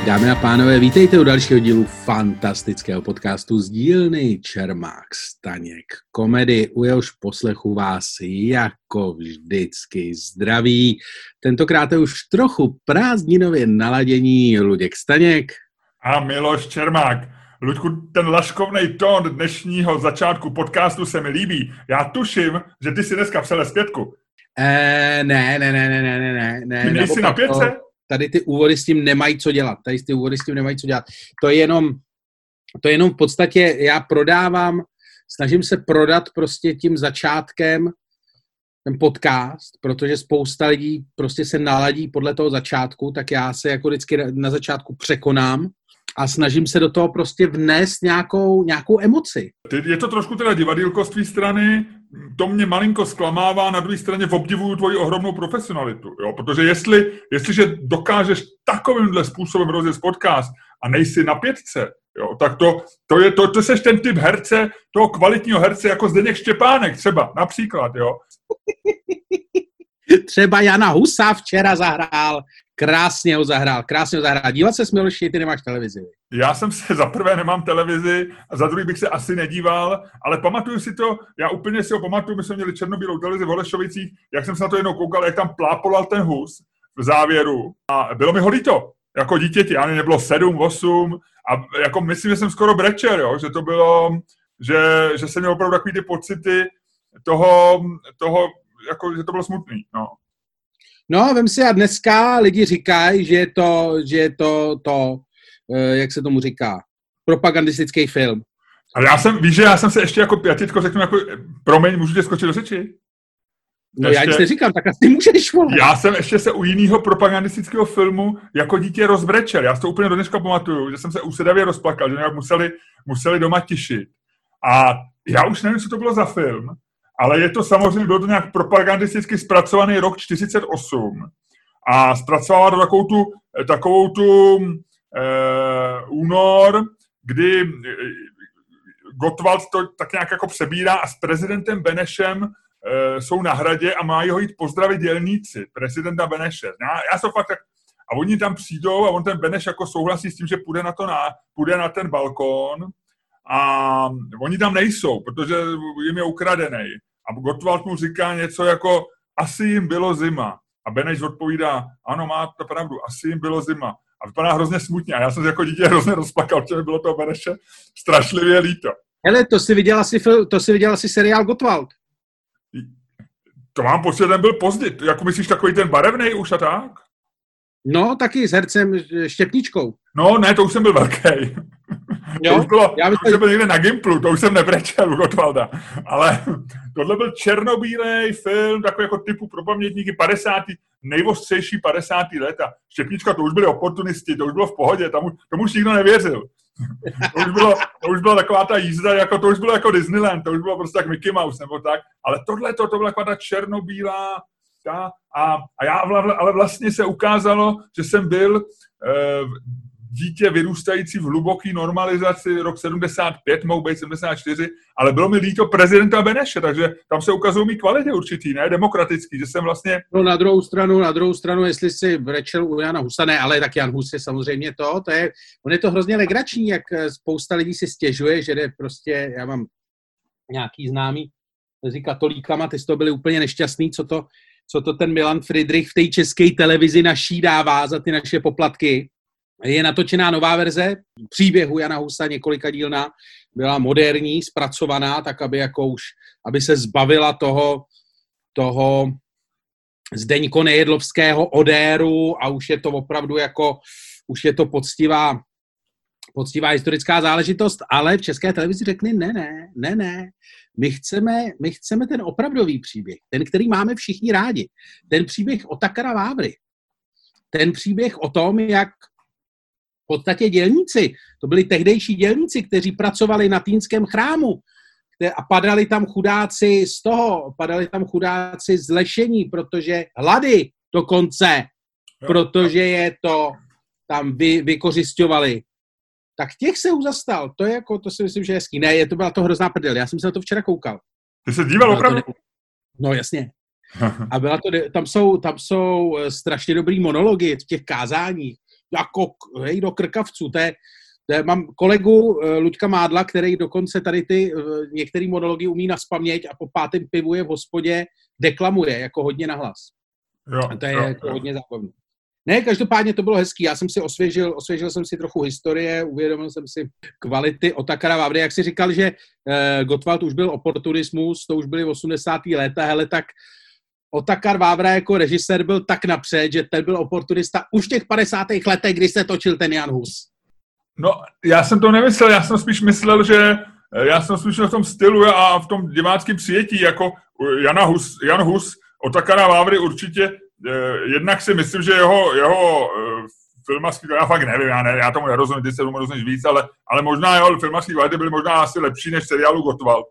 Dámy a pánové, vítejte u dalšího dílu fantastického podcastu z dílny Čermák Staněk komedy, u jehož poslechu vás jako vždycky zdraví. Tentokrát je už trochu prázdninově naladění Luděk Staněk a Miloš Čermák. Luďku, ten laškovnej tón dnešního začátku podcastu se mi líbí. Já tuším, že ty si dneska přele zpětku. Ne. Ty nejsi na pětce? Tady ty úvody s tím nemají co dělat. To je jenom v podstatě, já snažím se prodat prostě tím začátkem ten podcast, protože spousta lidí prostě se naladí podle toho začátku, tak já se jako vždycky na začátku překonám a snažím se do toho prostě vnést nějakou emoci. Je to trošku teda divadýlko z tvý strany, to mě malinko zklamává, na druhé straně obdivuju tvoji ohromnou profesionalitu, jo? Protože jestliže dokážeš takovýmhle způsobem rozjet podcast a nejsi na pětce, jo? Tak to seš ten typ herce, toho kvalitního herce, jako Zdeněk Štěpánek třeba, například, jo? Třeba Jana Husa včera zahrál, krásně ho zahrál. Dívat se, Miloši, ty nemáš televizi. Já jsem se za prvé nemám televizi a za druhý bych se asi nedíval, ale pamatuju si to, já úplně si ho pamatuju, my jsme měli černobílou televizi v Holešovicích, jak jsem se na to jednou koukal, jak tam plápolal ten Hus v závěru a bylo mi ho líto, jako dítěti, ani nebylo 7, 8 a jako myslím, že jsem skoro brečel, jo, že to bylo, že jsem měl opravdu takový ty pocity toho jako, že to bylo smutný, no. No, vem si, a dneska lidi říkají, že je to, jak se tomu říká, propagandistický film. Ale já jsem se ještě jako, já ti řeknu jako, promiň, můžu tě skočit do řeči? No ještě, já nic neříkám, tak asi můžeš, vole. Já jsem ještě se u jiného propagandistického filmu jako dítě rozbrečel. Já si to úplně do dneška pamatuju, že jsem se úsedavě rozplakal, že nějak museli doma tišit. A já už nevím, co to bylo za film, ale je to samozřejmě, bylo to nějak propagandisticky zpracovaný rok 48 a zpracovává to takovou tu únor, kdy Gottwald to tak nějak jako přebírá a s prezidentem Benešem jsou na hradě a mají ho jít pozdravit dělníci, prezidenta Beneše. Já jsem fakt tak, a oni tam přijdou a on ten Beneš jako souhlasí s tím, že půjde na ten balkón a oni tam nejsou, protože jim je ukradený. A Gottwald mu říká něco jako, asi jim bylo zima. A Beneš odpovídá, ano, máte pravdu, asi jim bylo zima. A vypadá hrozně smutně. A já jsem se jako dítě hrozně rozplakal, protože bylo toho Beneše strašlivě líto. Hele, to si viděl asi seriál Gottwald. To mám pocit, že ten byl pozdě. Jako myslíš takový ten barevnej už a tak? No, taky s hercem Štěpničkou. No, ne, to už jsem byl velký. Jo, to už byl někde na Gimplu, to už jsem nebrečel u Gottwalda. Ale tohle byl černobílej film, takový jako typu pro pamětníky 50. nejostřejší 50. leta. Štěpnička, to už byli oportunisti, to už bylo v pohodě, tomu už nikdo nevěřil. To už byla taková ta jízda, jako, to už bylo jako Disneyland, to už bylo prostě tak Mickey Mouse nebo tak. Ale to byla taková ta černobílá, ale vlastně se ukázalo, že jsem byl dítě vyrůstající v hluboké normalizaci, rok 75, mohl být 74, ale bylo mi líto prezidenta Beneše, takže tam se ukazují mý kvality určitý, ne, demokratický, že jsem vlastně... No na druhou stranu, jestli si brečel u Jana Husa, ne, ale tak Jan Hus je samozřejmě on je to hrozně legrační, jak spousta lidí si stěžuje, že jde prostě, já mám nějaký známý mezi katolíkama, ty z toho byli úplně nešťastný, co to ten Milan Friedrich v té české televizi naší dává za ty naše poplatky. Je natočená nová verze příběhu Jana Husa, několikadílná, byla moderní, zpracovaná, tak aby se zbavila toho Zdeňko Nejedlovského odéru a už je to opravdu už je to poctivá historická záležitost, ale v české televizi řekli ne. My chceme ten opravdový příběh, ten, který máme všichni rádi. Ten příběh Otakara Vávry. Ten příběh o tom, jak v podstatě dělníci, to byli tehdejší dělníci, kteří pracovali na Týnském chrámu a padali tam chudáci z lešení, protože hlady dokonce, protože je to tam vykořisťovali. Tak těch se uzastal. To si myslím, že je hezký. Ne, to byla to hrozná prdel. Já jsem se na to včera koukal. Ty se díval opravdu? No jasně. A tam jsou strašně dobrý monology v těch kázáních jako hej, do krkavců. Mám kolegu Luďka Mádla, který dokonce tady ty některý monology umí nazpaměť a po pátém pivu je v hospodě deklamuje jako hodně nahlas. A to je jako hodně zábavné. Ne, každopádně to bylo hezký. Já jsem si osvěžil jsem si trochu historie, uvědomil jsem si kvality Otakara Vávry. Jak si říkal, že Gottwald už byl oportunismus, to už byly 80. léta, hele, tak Otakar Vávra jako režisér byl tak napřed, že ten byl oportunista už v těch 50. letech, kdy se točil ten Jan Hus. No, já jsem to nemyslel, já jsem spíš myslel, že já jsem spíš v tom stylu a v tom diváckém přijetí, jako Jan Hus, Otakara Vávry určitě, jednak si myslím, že jeho filmařský, já fakt nevím, já tomu nerozumím, ty se tomu rozumíš víc, ale možná jeho filmařský kvality byly možná asi lepší než seriálu Gottwald.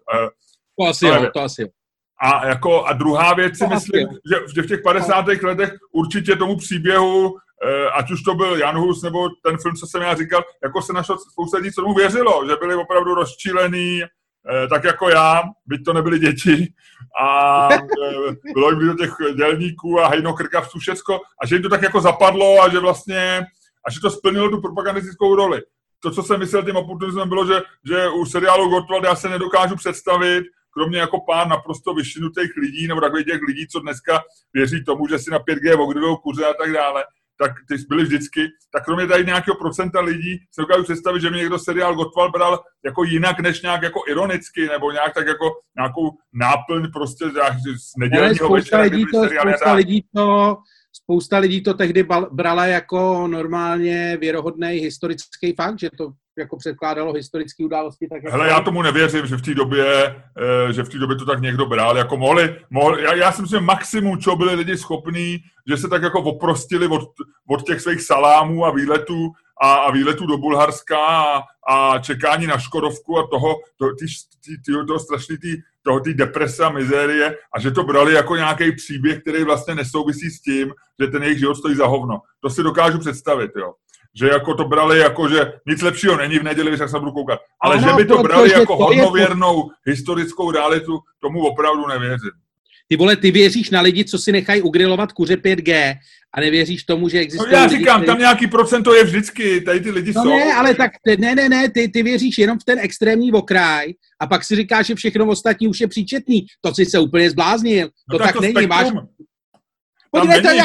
To asi jo. A druhá věc si myslím, že v těch 50. letech určitě tomu příběhu, ať už to byl Jan Hus, nebo ten film, co jsem já říkal, jako se našlo spousta lidí, co tomu věřilo, že byli opravdu rozčilený, tak jako já, byť to nebyly děti, a bylo jim do těch dělníků a hejno krkavců všecko, a že jim to tak jako zapadlo a že vlastně, a že to splnilo tu propagandistickou roli. To, co jsem myslel tím oportunismem, bylo, že u seriálu Gottwald já se nedokážu představit, kromě jako pár naprosto vyšinutých lidí, nebo takových těch lidí, co dneska věří tomu, že si na 5G ogryjou kuře a tak dále, tak ty byli vždycky, tak kromě tady nějakého procenta lidí se dokážu představit, že mi někdo seriál Gottwald bral jako jinak, než nějak jako ironicky, nebo nějak tak jako nějakou náplň prostě z nedělního večera, kdy byly seriály Spousta lidí to tehdy brala jako normálně věrohodný historický fakt, že to jako předkládalo historické události. Tak jako... Hele, já tomu nevěřím, že v té době to tak někdo bral, jako mohli já si myslím, že maximum, čo byli lidi schopní, že se tak jako oprostili od těch svých salámů a výletů do Bulharska a čekání na Škodovku a toho strašný té deprese a mizérie, a že to brali jako nějaký příběh, který vlastně nesouvisí s tím, že ten jejich život stojí za hovno. To si dokážu představit, jo. Že jako to brali jako, že nic lepšího není v neděli, tak se budu koukat. Ale ano, že by to brali jako hodnověrnou historickou realitu, tomu opravdu nevěřím. Ty vole, ty věříš na lidi, co si nechají ugrilovat kuře 5G a nevěříš tomu, že existují já říkám, tam nějaký procento je vždycky, tady ty lidi jsou. Ne, ale tak, ty věříš jenom v ten extrémní okraj a pak si říkáš, že všechno ostatní už je příčetný. To si se úplně zbláznil. To tak není. Podívej, to je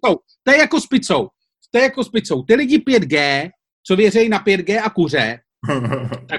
jako s picou. Ty lidi 5G, co věří na 5G a kuře, tak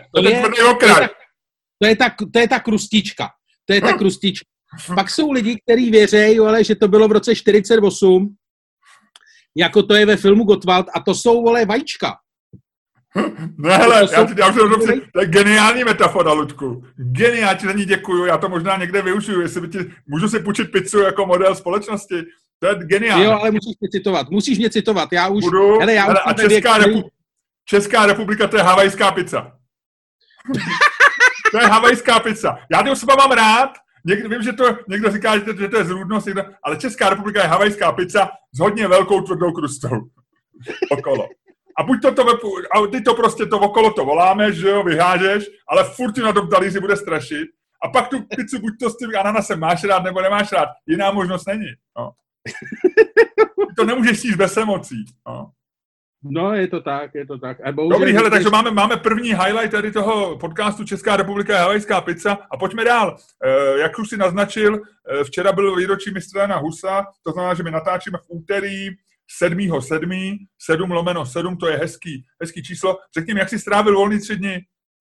to je ta krustička. To je ta krustička. Pak jsou lidi, kteří věří, ale že to bylo v roce 48, jako to je ve filmu Gottwald, a to jsou, vole, vajíčka. Ne, hele, to je geniální metafora, Ludku. Geniální, ti za ní děkuju, já to možná někde využiju, můžu si půjčit pizzu jako model společnosti. To je geniální. Jo, ale musíš mě citovat, já už... Budu, a Česká republika, to je havajská pizza. To je havajská pizza. Já ty osoba mám rád, vím, že to někdo říká, že to je zrůdnost, ale Česká republika je havajská pizza s hodně velkou tvrdou krustou. Okolo. A ty to prostě to okolo to voláme, že jo, vyhážeš, ale furt ti na tom talíři bude strašit. A pak tu pizzu buď to s tím ananasem máš rád, nebo nemáš rád. Jiná možnost není. No. To nemůžeš sníst bez emocí. No, je to tak. Dobrý, hele, takže máme první highlight tady toho podcastu Česká republika je havajská pizza a pojďme dál. Jak už si naznačil, včera byl výročí mistra Jana Husa, to znamená, že my natáčíme v úterý 7.7. 7/7, to je hezký číslo. Řekni mi, jak jsi strávil volný 3 dny?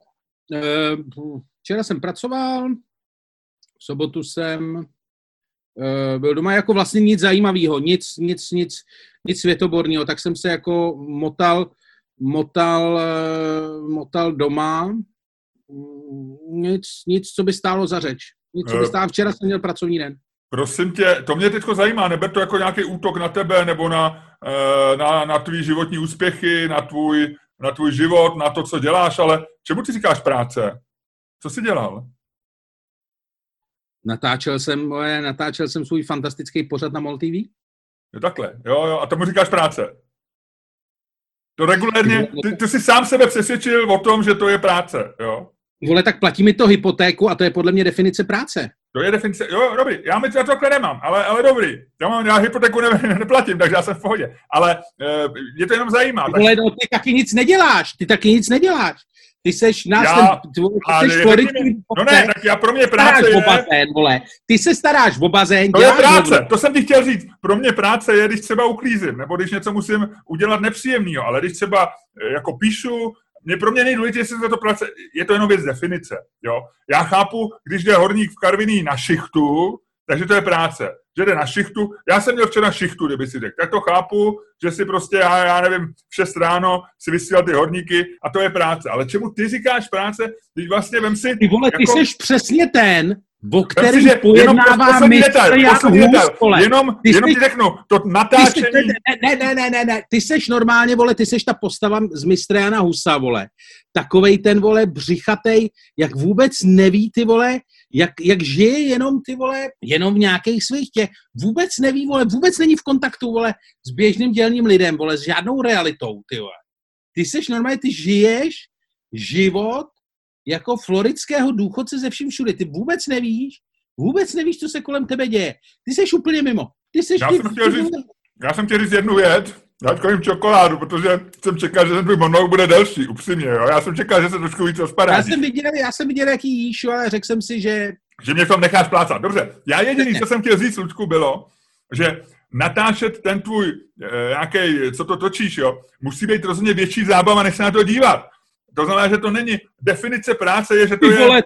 Včera jsem pracoval, v sobotu jsem byl doma, jako vlastně nic zajímavého, nic světoborného, tak jsem se jako motal doma, nic, co by stálo za řeč. Včera jsem měl pracovní den. Prosím tě, to mě teďko zajímá, neber to jako nějaký útok na tebe, nebo na tvý životní úspěchy, na tvůj život, na to, co děláš, ale čemu ty říkáš práce? Co jsi dělal? Natáčel jsem svůj fantastický pořad na MOL TV. Jo, takhle, jo, a tomu říkáš práce. To regulérně, ty jsi sám sebe přesvědčil o tom, že to je práce, jo? Vole, tak platí mi to hypotéku a to je podle mě definice práce. To je definice, jo, dobrý, já mi třeba takhle nemám, ale dobrý, já hypotéku neplatím, takže já jsem v pohodě, ale je to jenom zajímá. Ale no, ty taky nic neděláš. Ty seš no ne, tak já pro mě práce je... bazén, vole. Ty se staráš o bazén. To je práce, to jsem ti chtěl říct. Pro mě práce je, když třeba uklízím, nebo když něco musím udělat nepříjemného, ale když třeba jako píšu, pro mě nejdůležitější je to práce, je to jenom věc definice. Jo? Já chápu, když jde horník v Karviní na šichtu, takže to je práce. Že jde na šichtu. Já jsem měl včera šichtu, kdyby si řekl. Tak to chápu, že si prostě, já nevím, v 6 ráno si vysílal ty horníky a to je práce. Ale čemu ty říkáš práce? Teď vlastně vem si... Ty vole, ty seš přesně ten, o kterým pojednává mistr Jan Hus, vole. Jenom ti řeknu, to natáčení... Ne, ty seš normálně, vole, ty seš ta postava z mistra Jana Husa, vole. Takovej ten, vole, břichatej, jak vůbec neví, ty vole, jak žije jenom, ty vole, jenom v nějakých svých těch, vůbec neví, vole, vůbec není v kontaktu, vole, s běžným dělným lidem, vole, s žádnou realitou, ty vole. Ty seš normálně, ty žiješ život jako floridského důchodce ze vším všude. Ty vůbec nevíš, co se kolem tebe děje. Ty seš úplně mimo. Já jsem chtěl říct jednu věc, já jim čokoládu, protože jsem čekal, že ten tvůj monolog bude delší, upřímně, jo. Já jsem čekal, že se trošku víc rozpadá. Já jsem viděl, jaký jíš, ale řekl jsem si, že mě v tom necháš plácat. Dobře, já jediný, co jsem chtěl říct, Luďku, bylo, že natáčet ten tvůj nějaký, co to točíš, jo, musí být rozhodně větší zábava, než se na to dívat. To znamená, že to není definice práce, je, že to je...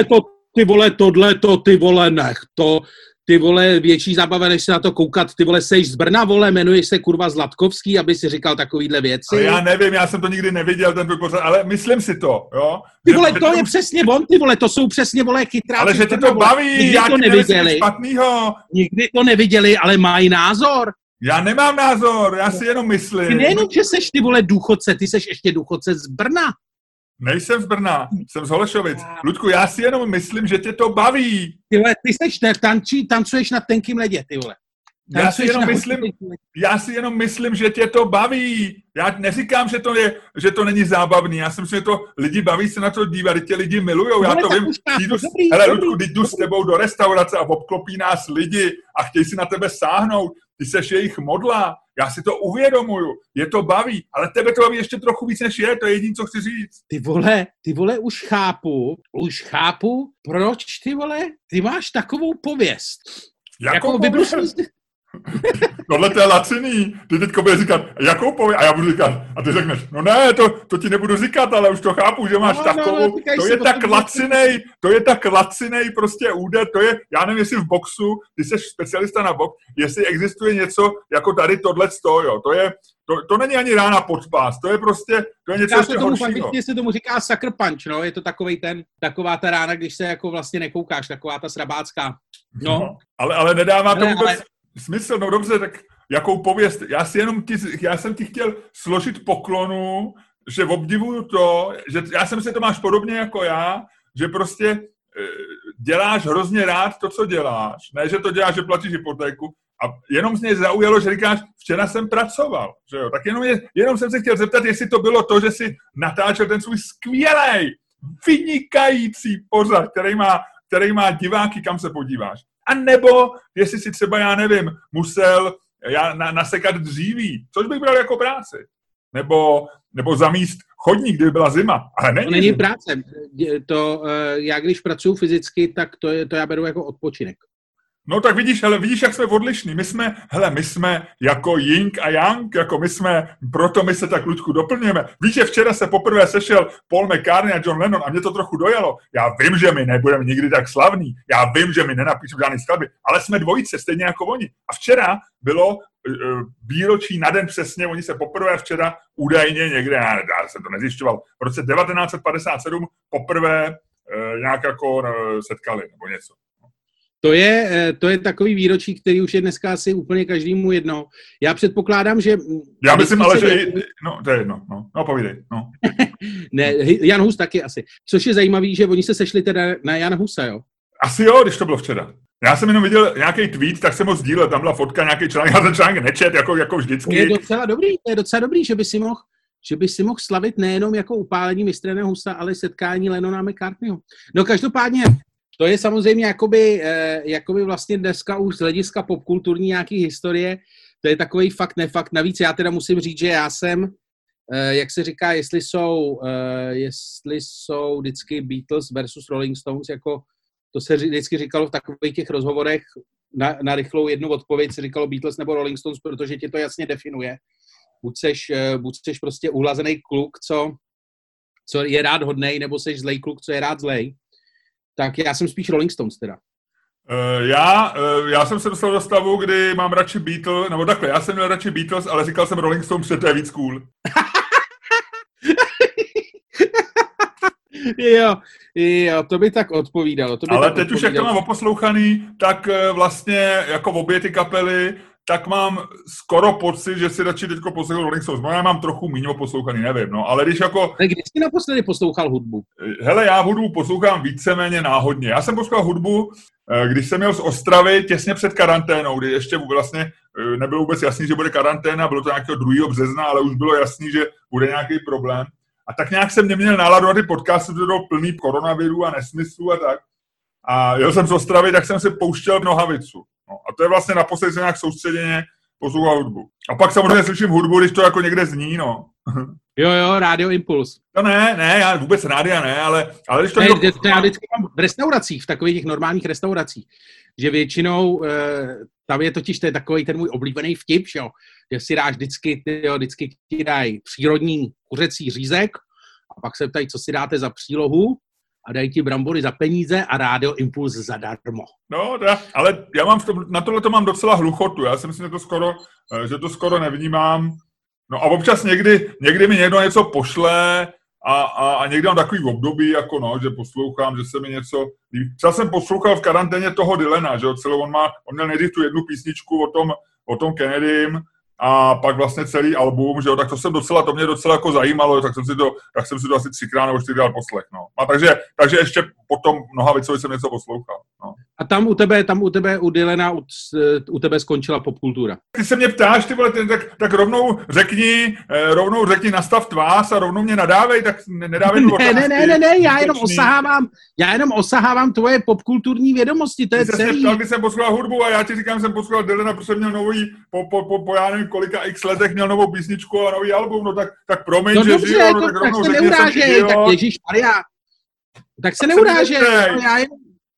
Ty vole, nech to. Ty vole, větší zábava, než se na to koukat. Ty vole, seš z Brna, vole, jmenuješ se kurva Zlatkovský, aby si říkal takovýhle věci. Ale já nevím, já jsem to nikdy neviděl, ten tvůj pořad, ale myslím si to, jo. Ty vole, to je přesně on, ty vole, to jsou přesně, vole, chytráci. Ale že tě to baví, já to neviděli. Špatnýho. Nikdy to neviděli, ale mají názor. Já nemám názor, já si jenom myslím. Ty nejenom, že seš, ty vole, důchodce, ty seš ještě důchodce z Brna. Nejsem z Brna, jsem z Holešovic. Ludku, já si jenom myslím, že tě to baví. Ty vole, ty seš tancuješ na tenkým ledě, ty vole. Já si jenom myslím, že tě to baví. Já neříkám, že to není zábavný. Já si myslím, že to lidi baví se na to dívat, tě lidi milujou. Já to vím. Ludku, teď jdu s tebou do restaurace a obklopí nás lidi a chtějí si na tebe sáhnout. Ty seš jejich modla. Já si to uvědomuju. Je to baví, ale tebe to baví ještě trochu víc, než je. To je jediné, co chci říct. Ty vole, už chápu, proč, ty vole, ty máš takovou pověst. Jakou pověst? Tohle to je laciný. Ty teďko budeš říkat, jakou pověst? A já budu říkat, a ty řekneš, no ne, to ti nebudu říkat, ale už to chápu, že máš takovou, to je tak lacinej prostě úder, to je, já nevím, jestli v boxu, ty jsi specialista na box, jestli existuje něco jako tady tohleto, jo, to není ani rána pod spás, to je prostě, to je něco ještě horšího. Se tomu říká sucker punch, no, je to taková ta rána, když se jako vlastně nekoukáš, taková ta srabácká. No. Ale nedává to vůbec smysl, no dobře, tak jakou pověst, já jsem ti chtěl složit poklonu, že obdivuju to, že já jsem si to máš podobně jako já, že prostě děláš hrozně rád to, co děláš, ne, že to děláš, že platíš hypotéku, a jenom z něj zaujalo, že říkáš, včera jsem pracoval, že jo, tak jenom jsem se chtěl zeptat, jestli to bylo to, že jsi natáčel ten svůj skvělej, vynikající pořad, který má diváky, kam se podíváš. A nebo, jestli si třeba, já nevím, musel nasekat dříví, což bych bral jako práci. Nebo zamíst chodník, kdyby byla zima. Ale to není práce. Já když pracuji fyzicky, tak to já beru jako odpočinek. No tak vidíš, jak jsme odlišní. My jsme jako yin a yang, jako proto my se tak, Luďku, doplňujeme. Víš, že včera se poprvé sešel Paul McCartney a John Lennon a mě to trochu dojelo. Já vím, že my nebudeme nikdy tak slavní, já vím, že my nenapíšeme žádný skladby, ale jsme dvojice, stejně jako oni. A včera bylo výročí na den přesně, oni se poprvé včera údajně někde, já jsem to nezjišťoval, v roce 1957 poprvé nějak jako setkali nebo něco. To je takový výročí, který už je dneska asi úplně každému jedno. Já předpokládám, že... Já myslím, ale že... No, to je jedno. No povídej. No. Ne, Jan Hus taky asi. Což je zajímavý, že oni se sešli teda na Jana Husa, jo? Asi jo, když to bylo včera. Já jsem jenom viděl nějaký tweet, tak jsem ho sdílel, tam byla fotka, nějaký článek, já ten článek nečet, jako vždycky. To je docela dobrý, že by si mohl slavit nejenom jako upálení mistra Jana Husa, ale setkání Lennona a McCartneyho. No každopádně... To je samozřejmě jakoby vlastně dneska už z hlediska popkulturní nějaký historie, to je takový fakt nefakt. Navíc já teda musím říct, že já jsem, jak se říká, jestli jsou vždycky Beatles versus Rolling Stones, jako to se vždycky říkalo v takových těch rozhovorech, na rychlou jednu odpověď se říkalo Beatles nebo Rolling Stones, protože tě to jasně definuje. Buď seš prostě uhlazený kluk, co je rád hodnej, nebo seš zlej kluk, co je rád zlej. Tak já jsem spíš Rolling Stones teda. Já jsem se dostal do stavu, kdy mám radši Beatles, nebo takhle, já jsem měl radši Beatles, ale říkal jsem Rolling Stones, že to je víc cool. Jo, to by tak odpovídalo. Ale teď už, jak to mám oposlouchaný, tak vlastně jako obě ty kapely, tak mám skoro pocit, že si radši teďko poslouchal Rolling Stones. Já mám trochu míň oposlouchaný, nevím, no, ale když jako... Kdy jsi naposledy poslouchal hudbu? Hele, já hudbu poslouchám víceméně náhodně. Já jsem poslouchal hudbu, když jsem jel z Ostravy těsně před karanténou, kdy ještě vlastně nebylo vůbec jasný, že bude karanténa, bylo to nějakého 2. března, ale už bylo jasný, že bude nějaký problém. A tak nějak jsem neměl náladu na ty podcasty, to bylo plný koronaviru a nesmyslů a tak. A jel jsem z Ostravy, tak jsem si pouštěl Nohavicu. No, a to je vlastně naposledy se nějak soustředěně poslouchal hudbu. A pak samozřejmě slyším hudbu, když to jako někde zní, no. Jo, Radio Impuls. No ne, já vůbec rádia ne, ale když to... Ne, já vždycky mám v restauracích, v takových těch normálních restauracích, že většinou, tam je totiž, to je takový ten můj oblíbený vtip, že si dáš vždycky ti dají přírodní kuřecí řízek a pak se ptají, co si dáte za přílohu a dají ti brambory za peníze a Radio Impuls zadarmo. No, ale já na tohle to mám docela hluchotu, já si myslím, že to skoro nevnímám. No a občas někdy mi někdo něco pošle a někdy mám takový období, jako no, že poslouchám, že se mi něco... Třeba jsem poslouchal v karanténě toho Dylana, že celou on měl nejdřív tu jednu písničku o tom Kennedym a pak vlastně celý album, že jo, tak to mě docela jako zajímalo, tak jsem si to asi 3krát nebo 4krát poslech, no. A takže ještě potom Nohavicovi jsem něco poslouchal, no. A tam u tebe, u Dylana, u tebe skončila popkultura. Ty se mě ptáš, ty vole, tak rovnou řekni nastav tvář a rovnou mě nadávej, tak nedávej tu otázky. Ne, já jenom osahávám tvoje popkulturní vědomosti, to je celý. Ty jsi ptal, když jsem poslouchal hudbu a já ti říkám, jsem poslouchal Dylana, protože měl nový, po já nevím kolika x letech měl novou písničku a nový album, no tak promiň, no že dobře, žiju, no tak rovnou řekni, jsem ti tak ježišmarja. Tak se neurážej, já jenom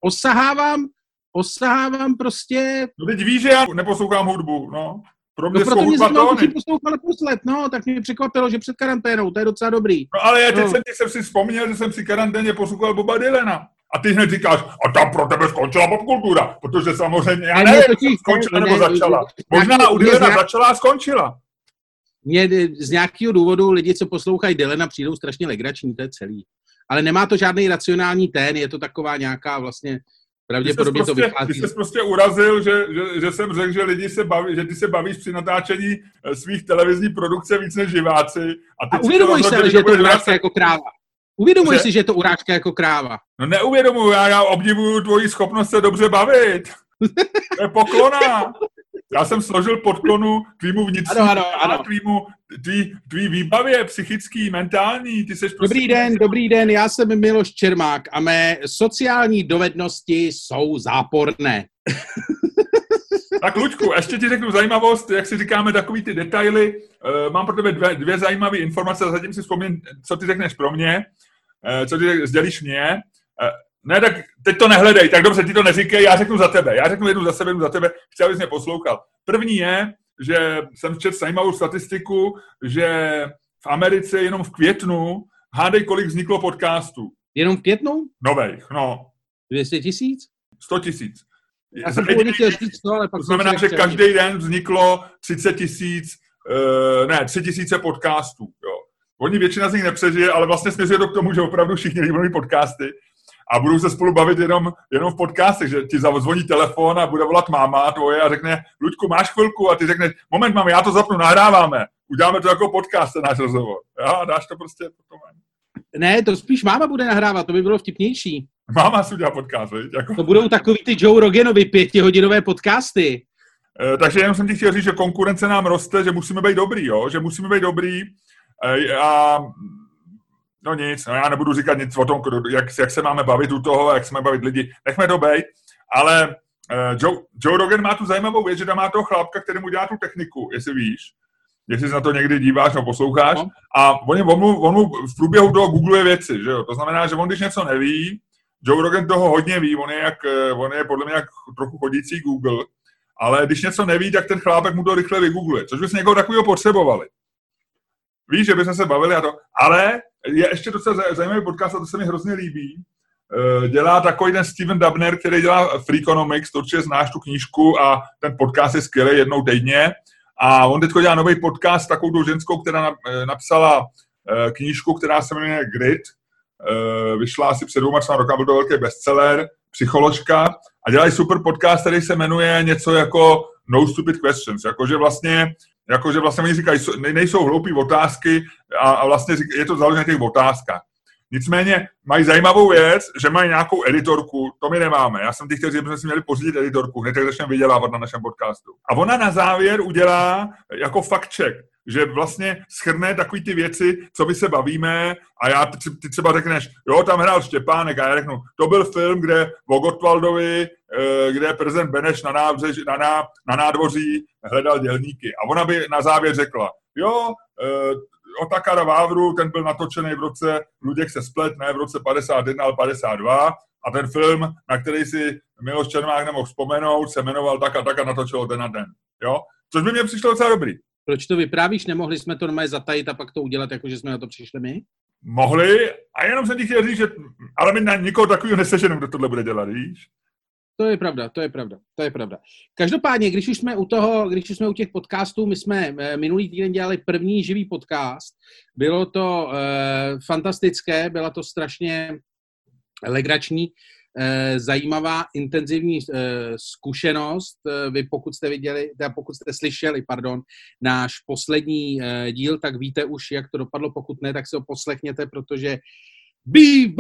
osahávám prostě... No teď víš, že já neposlouchám hudbu, no. Pro mě proto mě zajímalo, že poslouchal naposled, no, tak mě překvapilo, že před karanténou, to je docela dobrý. No ale teď jsem si vzpomněl, že jsem při karanténě poslouchal Boba Dylana. A ty hned říkáš, a tam pro tebe skončila popkultura, protože samozřejmě, já nevím, skončila nebo začala. Možná u Dylana začala a skončila. Mě z nějakého důvodu lidi, co poslouchají Dylana, přijdou strašně legrační, to je celý. Ale nemá to žádný racionální je to taková nějaká vlastně, pravděpodobně to vychází. Ty jsi prostě urazil, že jsem řekl, že lidi že ty se bavíš při natáčení svých televizní produkce víc než živáci. A uvědomuj se, že je to urážka jako kráva. Uvědomuj si, že je to urážka jako kráva. No neuvědomuji, já obdivuju tvoji schopnost se dobře bavit. To je poklona. Já jsem složil podklonu tvýmu vnitřní, tvý výbavě psychický, mentální. Ty seš prostě... Dobrý den, já jsem Miloš Čermák a mé sociální dovednosti jsou záporné. Tak Luďku, ještě ti řeknu zajímavost, jak si říkáme takový ty detaily. Mám pro tebe dvě zajímavé informace, zatím si vzpomněn, co ty řekneš pro mě, co ty sdělíš mě. Ne, tak teď to nehledej, tak dobře, ty to neříkej, já řeknu za tebe. Já řeknu jednu za sebe, jednu za tebe, chci, abys mě poslouchal. První je, že jsem četl zajímavou statistiku, že v Americe jenom v květnu, hádej, kolik vzniklo podcastů. Jenom v květnu? Novejch, no. 200 000? 100 000. Já jsem původně chtěl říct 100, ale pak... To znamená, že každý den vzniklo 30 000, 3 000 podcastů, jo. Oni většina z nich nepřežije, ale vlastně směřuje to k tomu, že opravdu všichni lidi budou mít podcasty a budou se spolu bavit jenom v podcastech, že ti zazvoní telefon a bude volat máma tvoje a řekne, Luďku, máš chvilku? A ty řekneš, moment, mám, já to zapnu, nahráváme. Uděláme to jako podcast, ten náš rozhovor. Já, dáš to prostě potom. Ne, to spíš máma bude nahrávat, to by bylo vtipnější. Máma si udělá podcast, viď? Jako... To budou takový ty Joe Roganovi 5hodinové podcasty. Takže jenom jsem ti chtěl říct, že konkurence nám roste, že musíme být dobrý, jo? Že musíme být dobrý a No nic, no já nebudu říkat nic o tom, jak se máme bavit u toho, jak se máme bavit lidi. Nechme to bejt, ale Joe Rogan má tu zajímavou věc, že tam má toho chlápka, který mu dělá tu techniku, jestli víš. Jestli se na to někdy díváš nebo posloucháš. No. A on mu v průběhu toho googluje věci, že jo. To znamená, že on když něco neví, Joe Rogan toho hodně ví, on je podle mě jak trochu chodící Google, ale když něco neví, tak ten chlápek mu to rychle vygoogluje, což bychom někoho takového potřebovali. Víš, že bychom se bavili a to. Ale je ještě docela zajímavý podcast a to se mi hrozně líbí. Dělá takový ten Steven Dubner, který dělá Freakonomics, to určitě znáš tu knížku a ten podcast je skvělý jednou týdně. A on teďko dělá nový podcast s takovou ženskou, která napsala knížku, která se jmenuje Grit. Vyšla asi před 2-3 roky, byl to velký bestseller, psycholožka. A dělají super podcast, který se jmenuje něco jako No Stupid Questions. Jakože vlastně oni říkají, nejsou hloupý otázky a vlastně je to založené na těch otázkách. Nicméně mají zajímavou věc, že mají nějakou editorku, to my nemáme. Já jsem ti chtěl říct, že jsme si měli pořídit editorku, hned tak začneme vydělávat na našem podcastu. A ona na závěr udělá jako fact check, že vlastně shrne takový ty věci, co my se bavíme a ty třeba řekneš, jo, tam hrál Štěpánek a já řeknu, to byl film, kde o Gottwaldovi, kde prezident Beneš na nádvoří hledal dělníky. A ona by na závěr řekla, jo, Otakara Vávru, ten byl natočený v roce, Luděk se splet, ne v roce 51, ale 52 a ten film, na který si Miloš Čermák nemohl vzpomenout, se jmenoval tak a natočil ten a den. Jo? Což by mě přišlo docela dobrý. Proč to vyprávíš? Nemohli jsme to normálně zatajit a pak to udělat, jako že jsme na to přišli my? Mohli a jenom jsem ti chtěl říct, že ale my na nikoho takového neseženeme, kdo tohle bude dělat, víš? To je pravda. Každopádně, když už jsme u těch podcastů, my jsme minulý týden dělali první živý podcast. Bylo to fantastické, byla to strašně legrační, zajímavá, intenzivní zkušenost. Vy pokud jste slyšeli, náš poslední díl, tak víte už, jak to dopadlo. Pokud ne, tak se ho poslechněte, protože Be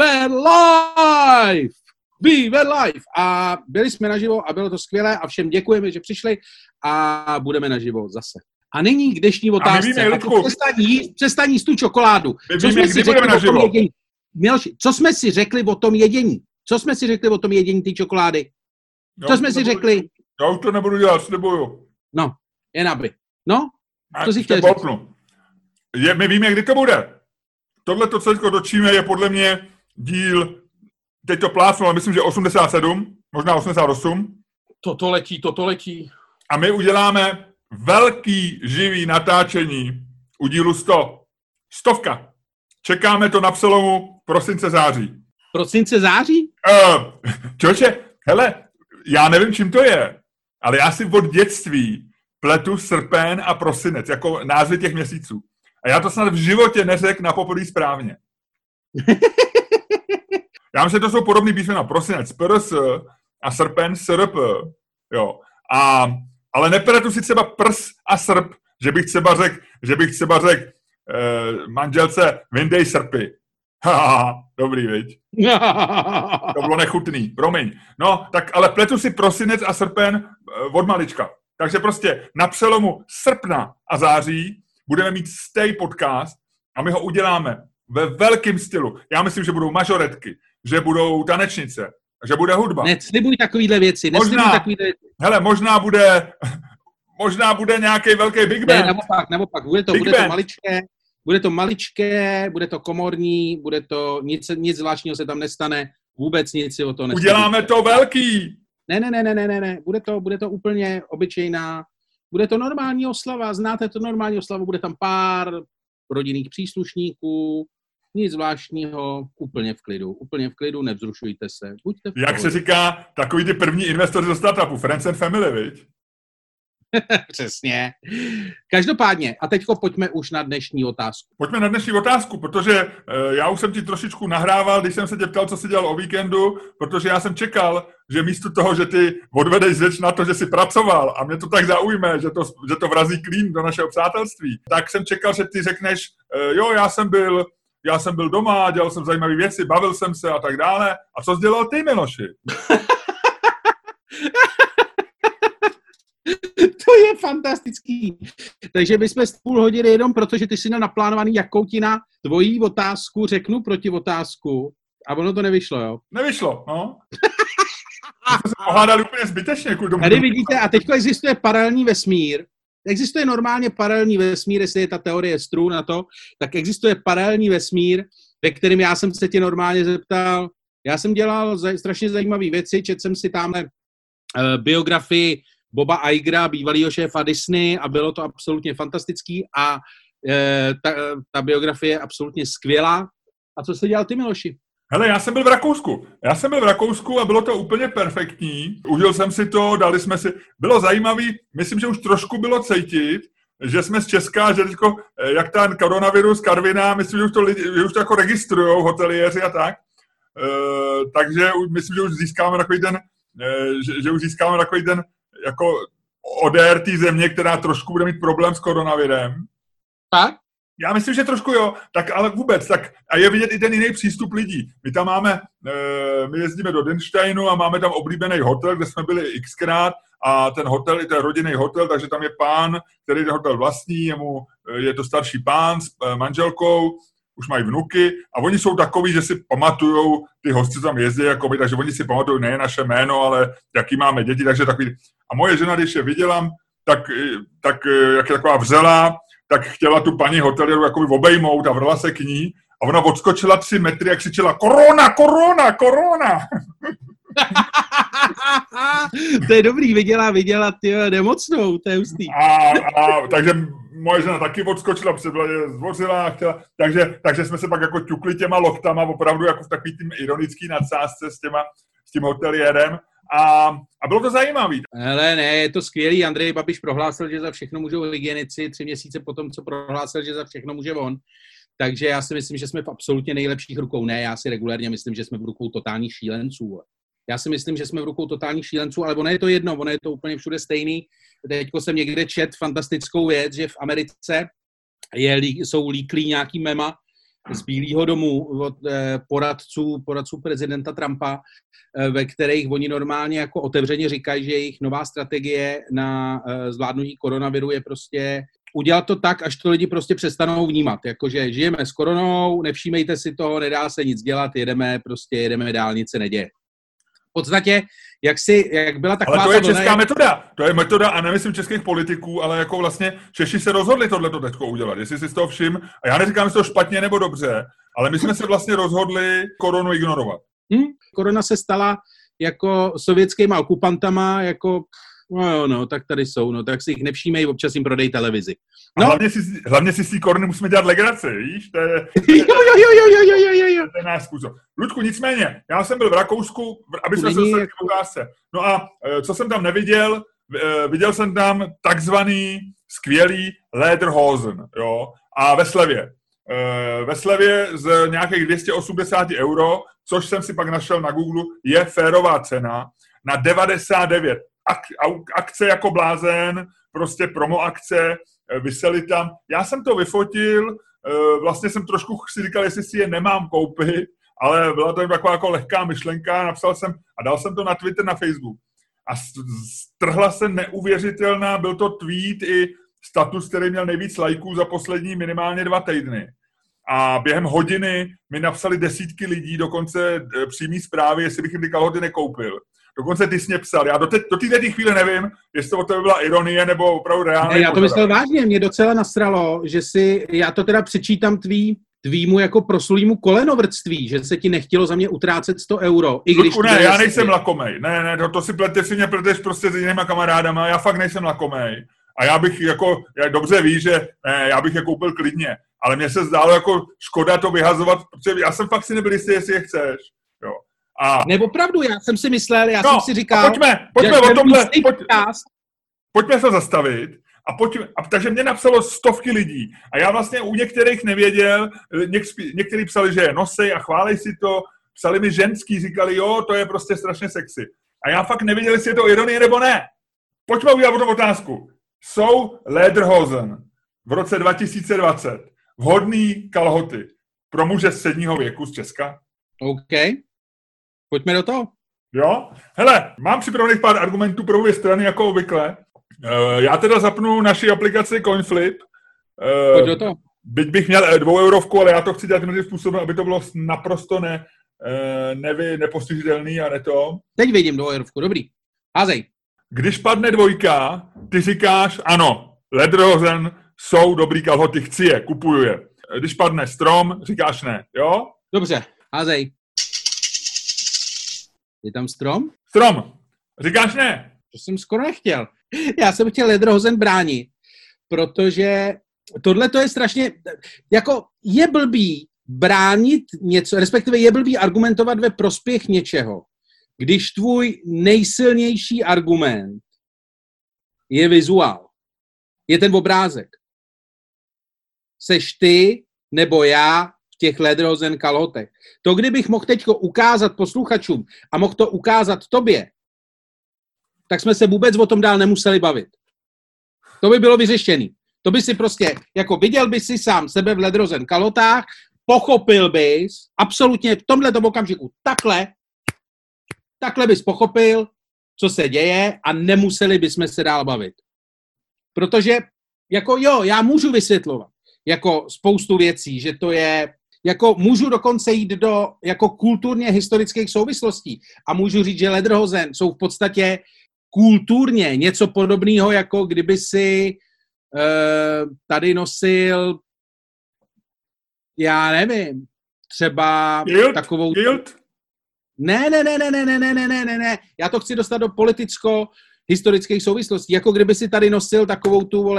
Live! A byli jsme naživo a bylo to skvělé a všem děkujeme, že přišli a budeme naživo zase. A nyní k dnešní otázce. Přestaň jíst tu čokoládu. Co jsme si řekli o tom jedění? Co jsme si řekli o tom jedění ty čokolády? Co jsme si řekli? Já už to nebudu dělat, slibuju. No, jen aby. No, co si chtěl říct? My víme, kdy to bude. Tohle, co teďko točíme, je podle mě díl, teď to plácnu, ale myslím, že 87, možná 88. Toto letí. A my uděláme velký živý natáčení u dílu 100. 100. Čekáme to na přelomu prosince září. Prosince září? Čoče, hele, já nevím, čím to je, ale já si od dětství pletu srpen a prosinec, jako názvy těch měsíců. A já to snad v životě neřekl na poprvé správně. Já myslím, že to jsou podobný písmena. Prosinec, PRS a srpen, SRP. Jo. Ale nepletu si třeba prs a srp, že bych třeba řekl manželce vyndej srpy. Dobrý, viď? To bylo nechutný, promiň. No, tak ale pletu si prosinec a srpen od malička. Takže prostě na přelomu srpna a září budeme mít stay podcast a my ho uděláme ve velkém stylu. Já myslím, že budou mažoretky, že budou tanečnice, že bude hudba. Neslibuj takovýhle věci. Možná bude nějaký velký Big Band. Ne, naopak. Bude to maličké, bude to komorní, bude to nic zvláštního se tam nestane, vůbec nic si o to nestane. Uděláme to velký. Ne. Bude to úplně obyčejná, bude to normální oslava, znáte to normální oslavu, bude tam pár rodinných příslušníků, nic zvláštního, úplně v klidu, nevzrušujte se. Buďte v pohodě. Jak se říká, takový ty první investoři do startupu, Friends and Family, viď? Přesně. Každopádně, a teďko pojďme už na dnešní otázku. Pojďme na dnešní otázku, protože já už jsem ti trošičku nahrával, když jsem se tě ptal, co jsi dělal o víkendu, protože já jsem čekal, že místo toho, že ty odvedeš řeč na to, že jsi pracoval a mě to tak zaujme, že to vrazí klín do našeho přátelství, tak jsem čekal, že ty řekneš, jo, já jsem byl doma, dělal jsem zajímavé věci, bavil jsem se a tak dále. A co jsi dělal ty, Miloši? To je fantastický. Takže my jsme z půl hodiny jenom proto, že ty jsi měl naplánovaný, jakou ti na tvojí otázku řeknu proti otázku. A ono to nevyšlo, jo? Nevyšlo, no. My jsme se pohádali úplně zbytečně. Tady vidíte, a teď existuje paralelní vesmír. Existuje normálně paralelní vesmír, jestli je ta teorie strun na to, tak existuje paralelní vesmír, ve kterém já jsem se tě normálně zeptal. Já jsem dělal strašně zajímavé věci, četl jsem si tamhle biografii Boba Igera, bývalýho šéfa Disney, a bylo to absolutně fantastický a ta biografie je absolutně skvělá. A co jsi dělal ty, Miloši? Hele, já jsem byl v Rakousku a bylo to úplně perfektní. Užil jsem si to, dali jsme si... Bylo zajímavý, myslím, že už trošku bylo cítit, že jsme z Česka, že teďko, jak ten koronavirus, Karviná, myslím, že už to jako registrujou hoteliéři a tak. Takže myslím, že už získáme takový ten, jako odér té země, která trošku bude mít problém s koronavirem. Tak? Já myslím, že trošku jo, tak ale vůbec, tak a je vidět i ten jiný přístup lidí. My tam máme, my jezdíme do Densteinu a máme tam oblíbený hotel, kde jsme byli xkrát a ten hotel je rodinný hotel, takže tam je pán, který ten hotel vlastní, je to starší pán s manželkou, už mají vnuky a oni jsou takový, že si pamatujou, ty hosty tam jezdí jakoby, takže oni si pamatují nejen naše jméno, ale jaký máme děti, takže takový. A moje žena, když je viděla, tak jak je taková vřelá, tak chtěla tu paní hoteliéru jakoby obejmout a vrla se k ní a ona odskočila 3 metry a křičela korona, korona, korona. To je dobrý, viděla tyjo, nemocnou, to je hustý. Takže moje žena taky odskočila, zdvořila a chtěla, takže jsme se pak jako ťukli těma loktama, opravdu jako v takový tím ironický nadsázce s tím hoteliérem. A bylo to zajímavé. Hele, ne, je to skvělý. Andrej Babiš prohlásil, že za všechno můžou hygienici 3 měsíce potom, co prohlásil, že za všechno může on. Takže já si myslím, že jsme v absolutně nejlepších rukou. Ne, já si regulérně myslím, že jsme v rukou totálních šílenců. Já si myslím, že jsme v rukou totálních šílenců, ale ono je to jedno, ono je to úplně všude stejný. Teďko jsem někde čet fantastickou věc, že v Americe jsou líklí nějaký mema z Bílého domu od poradců prezidenta Trumpa, ve kterých oni normálně jako otevřeně říkají, že jejich nová strategie na zvládnutí koronaviru je prostě udělat to tak, až to lidi prostě přestanou vnímat. Jakože žijeme s koronou, nevšímejte si toho, nedá se nic dělat, jedeme dál, nic se neděje. V podstatě, jak byla taková... Ale to je česká metoda. To je metoda, a nemyslím českých politiků, ale jako vlastně Češi se rozhodli tohleto teďko udělat. Jestli si z toho všim, a já neříkám, jestli to špatně nebo dobře, ale my jsme se vlastně rozhodli koronu ignorovat. Korona se stala jako sovětskýma okupantama, jako no, tak tady jsou, no, tak si jich nevšímej, občas jim prodej televizi. No. A hlavně si z té korony musíme dělat legraci, víš? To je náš způsob. Luďku, nicméně, já jsem byl v Rakousku, aby jsme se dostali k otázce. No a co jsem tam neviděl, viděl jsem tam takzvaný skvělý Lederhosen, jo, a ve slevě. Ve slevě z nějakých 280 €, což jsem si pak našel na Google, je férová cena na 99. Akce jako blázen, prostě promo akce, visely tam. Já jsem to vyfotil, vlastně jsem trošku si říkal, jestli si je nemám koupit, ale byla to taková jako lehká myšlenka, napsal jsem a dal jsem to na Twitter, na Facebook. A strhla se neuvěřitelná, byl to tweet i status, který měl nejvíc lajků za poslední minimálně 2 týdny. A během hodiny mi napsali desítky lidí, dokonce přímý zprávy, jestli bych jim ty kalhoty nekoupil. Dokonce ty jsi mě psal. Já do této chvíle nevím, jestli to od tebe byla ironie nebo opravdu reálně. Já to myslel vážně, mě docela nasralo, že já to teda přečítám tvýmu jako proslulýmu kolenovrtství, že se ti nechtělo za mě utrácet 100 €. I když ne, já nejsem lakomej. Ne, to si mě pleteš prostě s jinýma kamarádama, já fakt nejsem lakomej. A já bych jako, jak dobře víš, že já bych je koupil klidně, ale mně se zdálo jako škoda to vyhazovat, protože já jsem fakt si nebyl jistý, jestli je chceš. Jo. Nebo pravdu, já jsem si myslel, jsem si říkal, pojďme o tomhle, pojďme se zastavit takže mě napsalo stovky lidí a já vlastně u některých nevěděl, někteří psali, že je nosej a chválej si to, psali mi ženský, říkali, jo, to je prostě strašně sexy. A já fakt nevěděl, jestli je to ironie nebo ne. Pojďme udělat potom otázku. Jsou Lederhosen v roce 2020 vhodný kalhoty pro muže středního věku z Česka? OK. Pojďme do toho. Jo? Hele, mám připravených pár argumentů pro obě strany, jako obvykle. Já teda zapnu naši aplikaci CoinFlip. Pojď do toho. Byť bych měl 2 eurovku, ale já to chci dělat tím způsobem, aby to bylo naprosto nepostižitelný a ne to. Teď vidím 2 eurovku, dobrý. Házej. Když padne 2, ty říkáš, ano, Lederhosen jsou dobrý kalhoty, chci je, kupuju je. Když padne strom, říkáš ne, jo? Dobře, házej. Je tam strom? Strom, říkáš ne. To jsem skoro nechtěl. Já jsem chtěl Lederhosen bránit, protože tohle to je strašně, jako je blbý bránit něco, respektive je blbý argumentovat ve prospěch něčeho, když tvůj nejsilnější argument je vizuál, je ten obrázek. Seš ty nebo já v těch Lederhosen kalhotech. To, kdybych mohl teď ukázat posluchačům a mohl to ukázat tobě, tak jsme se vůbec o tom dál nemuseli bavit. To by bylo vyřešený. To by si prostě, jako viděl by si sám sebe v Lederhosen kalhotách, pochopil bys, absolutně v tomhletom okamžiku, takhle bys pochopil, co se děje a nemuseli bychom se dál bavit. Protože, jako jo, já můžu vysvětlovat, jako spoustu věcí, že to je, jako můžu dokonce jít do, jako kulturně historických souvislostí a můžu říct, že Lederhosen jsou v podstatě kulturně něco podobného, jako kdyby si tady nosil, já nevím, třeba takovou... Yield? Ne. Já to chci dostat do politicko-historických souvislostí. Jako kdyby si tady nosil takovou tu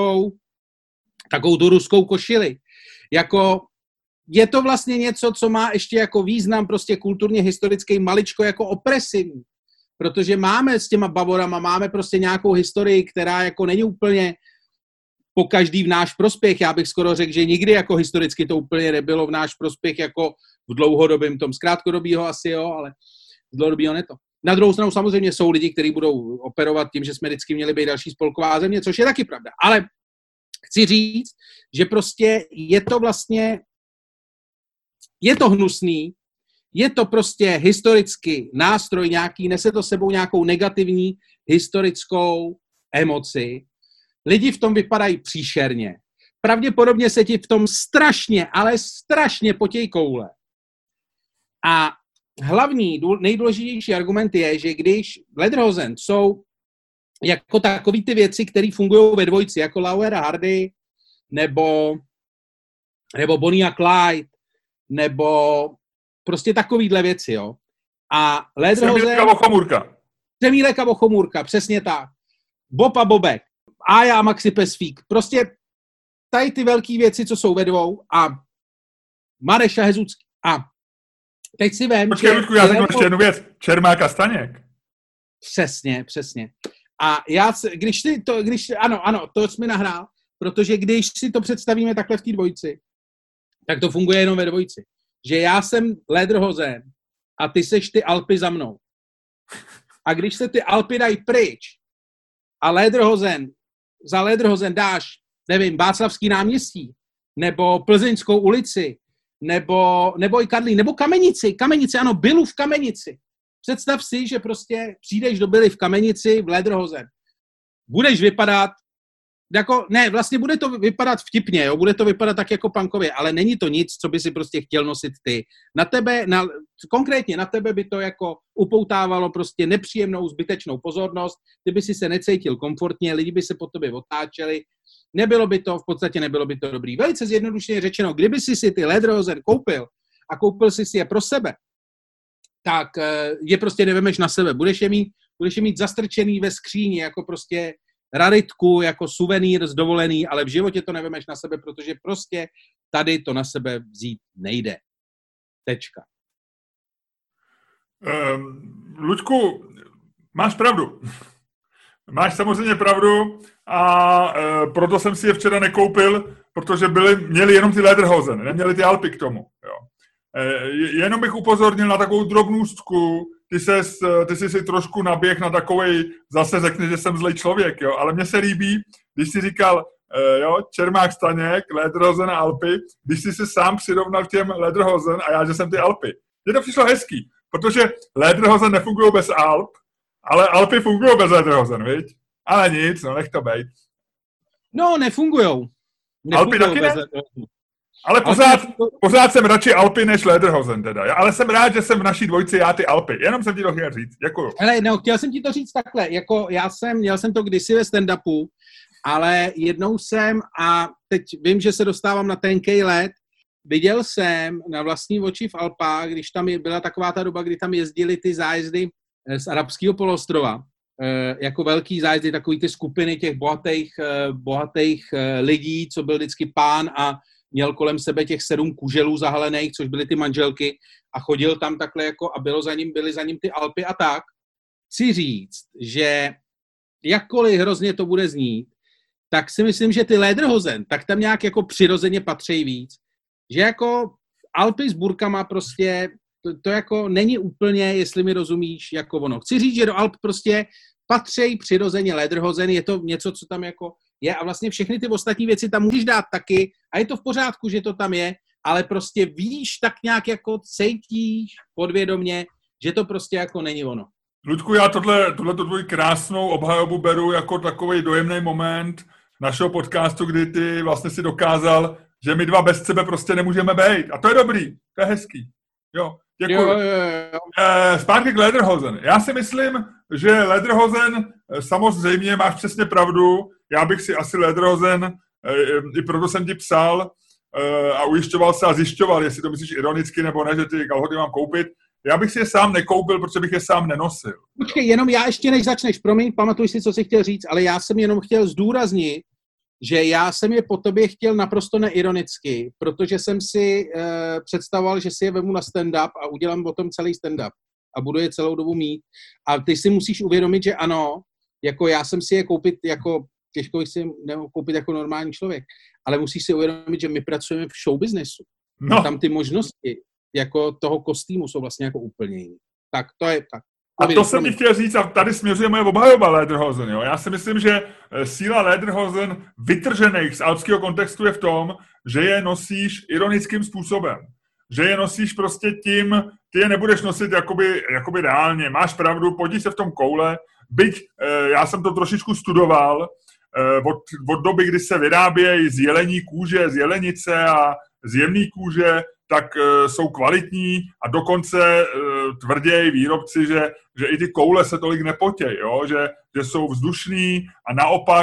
ruskou košili. Jako je to vlastně něco, co má ještě jako význam prostě kulturně historický maličko jako opresivní. Protože máme s těma Bavorama, máme prostě nějakou historii, která jako není úplně po každý v náš prospěch. Já bych skoro řekl, že nikdy jako historicky to úplně nebylo v náš prospěch jako v dlouhodobém tom. Z krátkodobýho asi jo, ale z dlouhodobýho ne to. Na druhou stranu samozřejmě jsou lidi, kteří budou operovat tím, že jsme vždycky měli být další spolková země, což je taky pravda. Ale chci říct, že prostě je to vlastně, je to hnusný, je to prostě historicky nástroj nějaký, nese to sebou nějakou negativní historickou emoci. Lidi v tom vypadají příšerně. Pravděpodobně se ti v tom strašně, ale strašně potějí koule. A hlavní, nejdůležitější argument je, že když Lederhosen jsou jako takový ty věci, které fungují ve dvojci, jako Lauer a Hardy, nebo Bonnie a Clyde, nebo prostě takovýhle věci, jo. A Lederhosen... Přemílek a Bochomůrka, přesně tak. Bob a Bobek, Aja a Maxi Pesfík. Prostě tady ty velké věci, co jsou ve dvou a Mareš a Hezucký. A teď si vem... Počkej, Ludku, já řeknu ještě jednu věc. Čermák a Staněk. Přesně. A já, ano, to jsi mi nahrál, protože když si to představíme takhle v té dvojici, tak to funguje jenom ve dvojici. Že já jsem Lederhosen a ty seš ty Alpy za mnou. A když se ty Alpy dají pryč a za Lederhosen dáš, nevím, Václavský náměstí, nebo Plzeňskou ulici, nebo i Karlín, nebo Kamenici, ano, Bylu v Kamenici. Představ si, že prostě přijdeš do Byly v Kamenici v Lederhosen. Budeš vypadat jako, ne, vlastně bude to vypadat vtipně, jo? Bude to vypadat tak jako punkově, ale není to nic, co by si prostě chtěl nosit ty. Konkrétně na tebe by to jako upoutávalo prostě nepříjemnou, zbytečnou pozornost, ty by si se necítil komfortně, lidi by se po tobě otáčeli, nebylo by to dobrý. Velice zjednodušeně řečeno, kdyby si ty Lederhosen koupil a koupil si je pro sebe, tak je prostě nevemeš na sebe. Budeš je mít zastrčený ve skříni, jako prostě raritku, jako suvenýr z dovolený, ale v životě to nevemeš na sebe, protože prostě tady to na sebe vzít nejde. Tečka. Luďku, máš pravdu. Máš samozřejmě pravdu a proto jsem si je včera nekoupil, protože měli jenom ty Lederhosen, neměli ty Alpy k tomu. Jo. Jenom bych upozornil na takovou drobnůstku, ty jsi si trošku naběh na takovej, zase řekni, že jsem zlej člověk, jo, ale mně se líbí, když jsi říkal, jo, Čermák, Staněk, Lederhosen a Alpy, když jsi se sám přirovnal k těm Lederhosen a já, že jsem ty Alpy. Mně to přišlo hezký, protože Lederhosen nefungují bez Alp, ale Alpy fungují bez Lederhosen, viď? Ale nic, no nech to bejt. No, nefungujou. Alpy taky ne? Ale pořád jsem radši Alpy než Lederhosen teda. Ale jsem rád, že jsem v naší dvojci já ty Alpy. Jenom jsem ti to chtěl říct. Děkuju. Hele, no, chtěl jsem ti to říct takhle. Jako měl jsem to kdysi ve stand-upu, ale jednou jsem, a teď vím, že se dostávám na tenkej let, viděl jsem na vlastní oči v Alpách, když tam byla taková ta doba, kdy tam jezdili ty zájezdy z arabského poloostrova, jako velký zájezdy, takový ty skupiny těch bohatých lidí, co byl vždycky pán a měl kolem sebe těch 7 kuželů zahalených, což byly ty manželky, a chodil tam takhle jako a byly za ním ty Alpy a tak. Chci říct, že jakkoliv hrozně to bude znít, tak si myslím, že ty Lederhosen, tak tam nějak jako přirozeně patří víc. Že jako Alpy s burkama prostě, to jako není úplně, jestli mi rozumíš, jako ono. Chci říct, že do Alp prostě patří přirozeně Lederhosen, je to něco, co tam jako je a vlastně všechny ty ostatní věci tam můžeš dát taky a je to v pořádku, že to tam je, ale prostě víš, tak nějak jako cítíš podvědomě, že to prostě jako není ono. Ludku, já tohleto tvoji krásnou obhajobu beru jako takový dojemný moment našeho podcastu, kdy ty vlastně si dokázal, že my dva bez sebe prostě nemůžeme být. A to je dobrý, to je hezký. Jo, děkuji. Jo. Zpátky k Lederhosen. Já si myslím, že Lederhosen, samozřejmě máš přesně pravdu, já bych si asi Lederhosen, i proto jsem ti psal a ujišťoval se a zjišťoval, jestli to myslíš ironicky nebo ne, že ty kalhoty mám koupit. Já bych si je sám nekoupil, protože bych je sám nenosil. Počkej, jenom já ještě než začneš, promiň, pamatuj si, co jsi chtěl říct, ale já jsem jenom chtěl zdůraznit, že já jsem je po tobě chtěl naprosto neironicky, protože jsem si představoval, že si je vemu na stand-up a udělám o tom celý stand-up a budu je celou dobu mít. A ty si musíš uvědomit, že ano, jako já jsem si je koupit jako, těžko si koupit jako normální člověk, ale musíš si uvědomit, že my pracujeme v showbiznesu. No. Tam ty možnosti jako toho kostýmu jsou vlastně jako úplně jiný. Tak, to je tak. A to jsem ti chtěl říct, a tady směřuje moje obhajoba Lederhosen. Jo? Já si myslím, že síla Lederhosen vytržených z alpského kontextu je v tom, že je nosíš ironickým způsobem. Že je nosíš prostě tím, ty je nebudeš nosit jakoby reálně. Máš pravdu, podívej se v tom koule. Byť já jsem to trošičku studoval od doby, kdy se vyrábějí z jelení kůže, z jelenice a z jemné kůže, tak jsou kvalitní a dokonce tvrději výrobci, že i ty koule se tolik nepotějí, jo? Že jsou vzdušný a naopak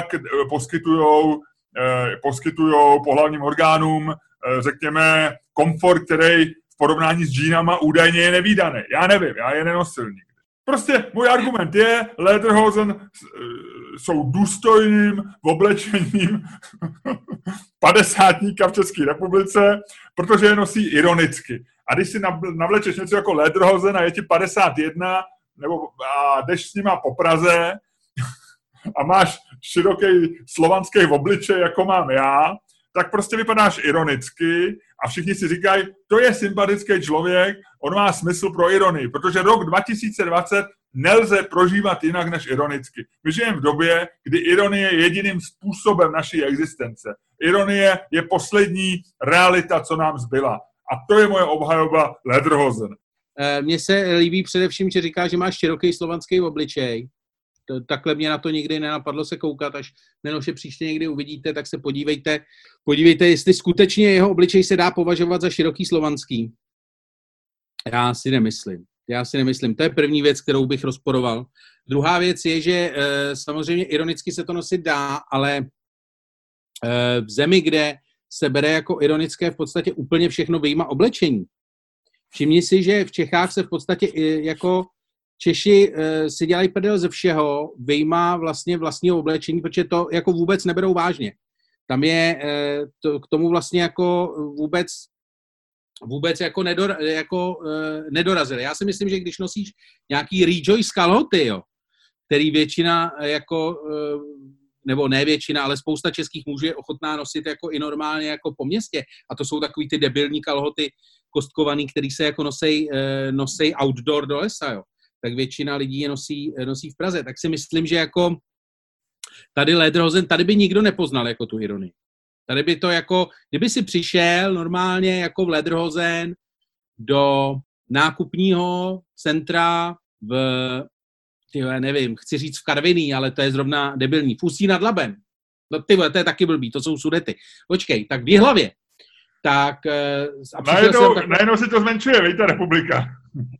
poskytujou pohlavním orgánům, řekněme, komfort, který v porovnání s džínama údajně je nevídaný. Já nevím, já je nenosil nikdy. Prostě můj argument je, Lederhosen jsou důstojným oblečením padesátníka v České republice, protože je nosí ironicky. A když si navlečeš něco jako Lederhosen a je ti 51, a jdeš s nima po Praze a máš široký slovanský obličej, jako mám já, tak prostě vypadáš ironicky a všichni si říkají, to je sympatický člověk, on má smysl pro ironii, protože rok 2020 nelze prožívat jinak než ironicky. My žijeme v době, kdy ironie je jediným způsobem naší existence. Ironie je poslední realita, co nám zbyla. A to je moje obhajoba Lederhosen. Mně se líbí především, že říká, že máš široký slovanský obličej. Takhle mě na to nikdy nenapadlo se koukat, až Nenoše příště někdy uvidíte, tak se podívejte, jestli skutečně jeho obličej se dá považovat za široký slovanský. Já si nemyslím. To je první věc, kterou bych rozporoval. Druhá věc je, že samozřejmě ironicky se to nosit dá, ale v zemi, kde se bere jako ironické v podstatě úplně všechno vyjma oblečení. Všimni si, že v Čechách se v podstatě jako Češi si dělají prdel ze všeho, vyjma vlastně vlastního oblečení, protože to jako vůbec neberou vážně. Tam je k tomu vlastně jako vůbec jako nedorazili. Já si myslím, že když nosíš nějaký Rejoice kalhoty, jo, který většina jako, nebo ne většina, ale spousta českých mužů je ochotná nosit jako i normálně jako po městě. A to jsou takový ty debilní kalhoty kostkovaný, který se jako nosej outdoor do lesa, jo. Tak většina lidí je nosí v Praze. Tak si myslím, že jako tady Lederhosen, tady by nikdo nepoznal jako tu ironii. Tady by to jako, kdyby si přišel normálně jako v Lederhosen do nákupního centra v tyhle, nevím, chci říct v Karviní, ale to je zrovna debilní. V Ústí nad Labem. No tyhle, to je taky blbý, to jsou Sudety. Počkej, tak v Jihlavě. Tak... Najednou si to zmenšuje, víte, republika.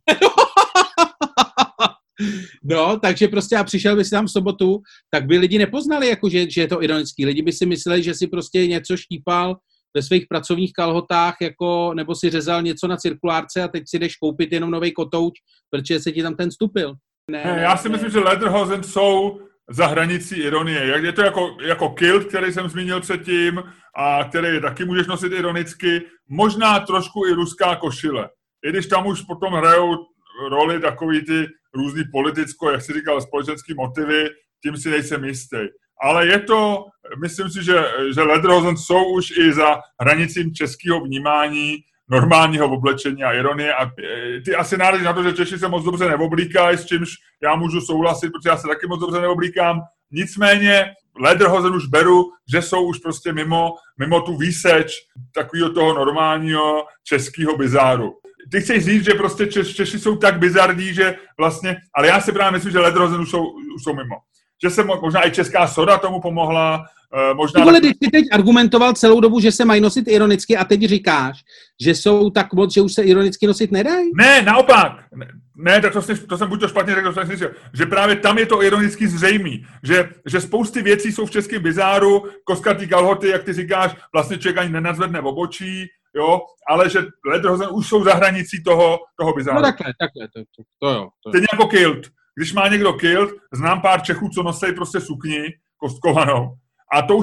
No, takže prostě a přišel by si tam v sobotu, tak by lidi nepoznali, jako že je to ironický. Lidi by si mysleli, že si prostě něco štípal ve svých pracovních kalhotách, jako, nebo si řezal něco na cirkulárce a teď si jdeš koupit jenom novej kotouč, protože se ti tam ten stupil. Já si myslím, že Lederhosen jsou za hranicí ironie. Je to jako kilt, který jsem zmínil předtím a který taky můžeš nosit ironicky. Možná trošku i ruská košile. I když tam už potom hrajou roli takový ty různý politicko, jak si říkal, společenský motivy, tím si nejsem jistý. Ale je to, myslím si, že Lederhosen jsou už i za hranicím českého vnímání, normálního oblečení a ironie. A ty asi náleží na to, že Češi se moc dobře neoblíkají, s čímž já můžu souhlasit, protože já se taky moc dobře neoblíkám. Nicméně Lederhosen už beru, že jsou už prostě mimo tu výseč takového toho normálního českého bizáru. Ty chceš říct, že prostě Češi jsou tak bizarní, že vlastně, ale já si právě myslím, že Lederhosen už jsou mimo. Že se možná i česká soda tomu pomohla, možná... Ty ty teď argumentoval celou dobu, že se mají nosit ironicky a teď říkáš, že jsou tak moc, že už se ironicky nosit nedají? Ne, naopak. Ne, tak to jsem buď to špatně řekl, že právě tam je to ironicky zřejmý, že spousty věcí jsou v českém bizáru, koskatý kalhoty, jak ty říkáš, vlastně člověk ani nenadzvedne v obočí, jo, ale že Lederhosen už jsou za hranicí toho bizáru. No takhle, to jo. Stejně jako kilt. Když má někdo kilt, znám pár Čechů, co nosí prostě sukni kostkovanou. A to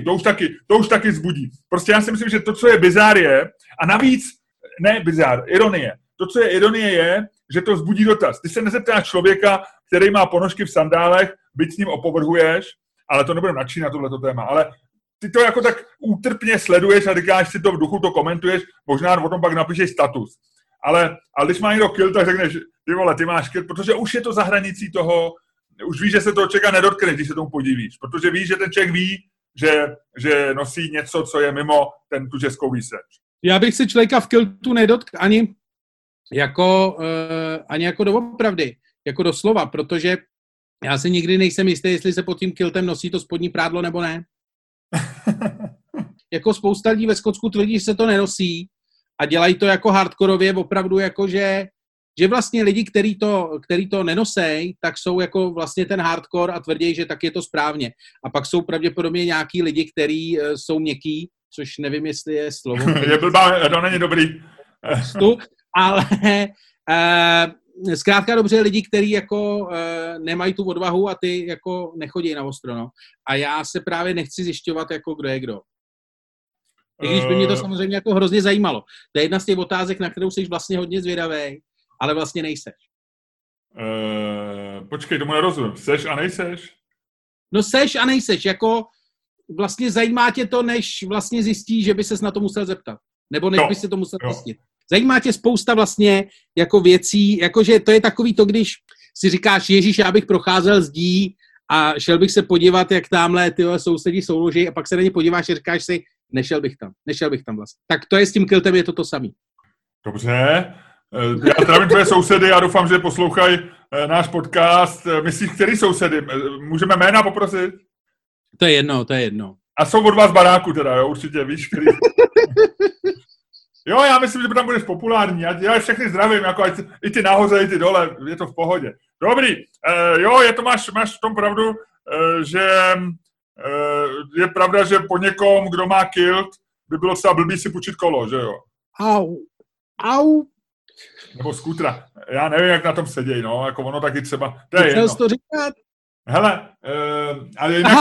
už taky zbudí. Prostě já si myslím, že to, co je bizár je, a navíc, ne bizár, ironie. To, co je ironie je, že to vzbudí dotaz. Ty se nezeptáš člověka, který má ponožky v sandálech, byť s ním opovrhuješ, ale to nebudeme načínat tohleto téma, ale ty to jako tak útrpně sleduješ a říkáš si to v duchu, to komentuješ, možná o tom pak napíšeš status. Ale když má někdo kilt, tak řekneš, ty vole, ty máš kilt, protože už je to za hranicí toho, už víš, že se toho člověka nedotkne, když se tomu podívíš, protože víš, že ten člověk ví, že nosí něco, co je mimo tu českou výseč. Já bych se člověka v kiltu nedotkl ani jako doopravdy, jako doslova, protože já si nikdy nejsem jistý, jestli se pod tím kiltem nosí to spodní prádlo nebo ne. Jako spousta lidí ve Skotsku tvrdí, že se to nenosí a dělají to jako hardkorově, opravdu jako, že vlastně lidi, který to nenosej, tak jsou jako vlastně ten hardcore a tvrdí, že tak je to správně. A pak jsou pravděpodobně nějaký lidi, kteří jsou měkký, což nevím, jestli je slovo. Je blbá, to není dobrý. Ale zkrátka dobře lidi, kteří jako nemají tu odvahu a ty jako nechodí na ostro, no. A já se právě nechci zjišťovat, jako kdo je kdo. I když by mě to samozřejmě jako hrozně zajímalo. To je jedna z těch otázek, na kterou jsi vlastně hodně zvědavej, ale vlastně nejseš. Počkej, tomu nerozumím. Seš a nejseš? No seš a nejseš, jako vlastně zajímá tě to, než vlastně zjistíš, že by ses na to musel zeptat. Nebo než by se to musel zjistit. Zajímá tě spousta vlastně jako věcí, jakože to je takový to, když si říkáš, Ježíš, já bych procházel zdí a šel bych se podívat, jak tamhle tyhle sousedí souloží a pak se na ně podíváš a říkáš si, nešel bych tam vlastně. Tak to je s tím kiltem, je to samý. Dobře. Já zdravím tvoje sousedy, já doufám, že poslouchají náš podcast. Myslíš, který sousedy? Můžeme jména poprosit? To je jedno. A jsou od vás baráku teda, jo? Určitě víš, který... Jo, já myslím, že tam budeš populární. Já všechny zdravím, jako ať i ty nahoře, i ty dole, je to v pohodě. Dobrý, jo, máš v tom pravdu, že je pravda, že po někom, kdo má kilt, by bylo třeba blbý si půjčit kolo, že jo? Au. Nebo skutra. Já nevím, jak na tom sedějí, no, jako ono taky třeba... To je jedno. To říkat? Hele, ale jinak...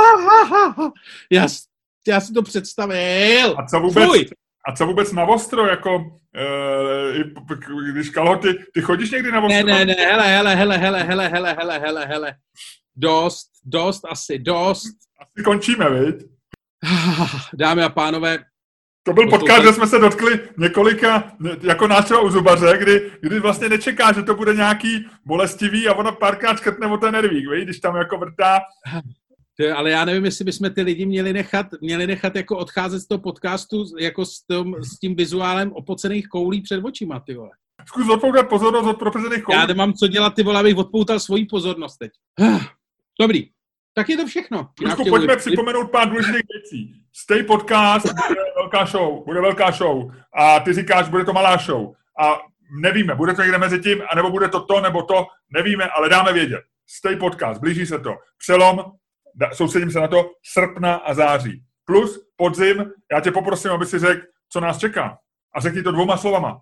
Já si to představil. A co vůbec na ostro, jako, když kalhoty, ty chodíš někdy na ostro? Ne, hele. Dost. Asi končíme, viď? Dámy a pánové. To byl podcast, že jsme se dotkli několika, jako nás třeba u zubaře, kdy vlastně nečeká, že to bude nějaký bolestivý a ona párkrát škrtne o ten nervík, viď? Když tam jako vrtá. Ale já nevím, jestli bychom ty lidi měli nechat jako odcházet z toho podcastu jako s tím vizuálem opocených koulí před očima, ty vole. Zkus odpoutat pozornost od propezených koulí. Já nemám co dělat, ty vole, abych odpoutal svoji pozornost teď. Dobrý, tak je to všechno. Luďku, pojďme připomenout pár důležitých věcí. Stay podcast, bude velká show. A ty říkáš, bude to malá show. A nevíme, bude to někde mezi tím, anebo bude to, nebo to, nevíme, ale dáme vědět. Stay podcast, blíží se to. Přelom, soustředím se na to, srpna a září. Plus podzim, já tě poprosím, aby si řekl, co nás čeká. A řekni to 2 slovama.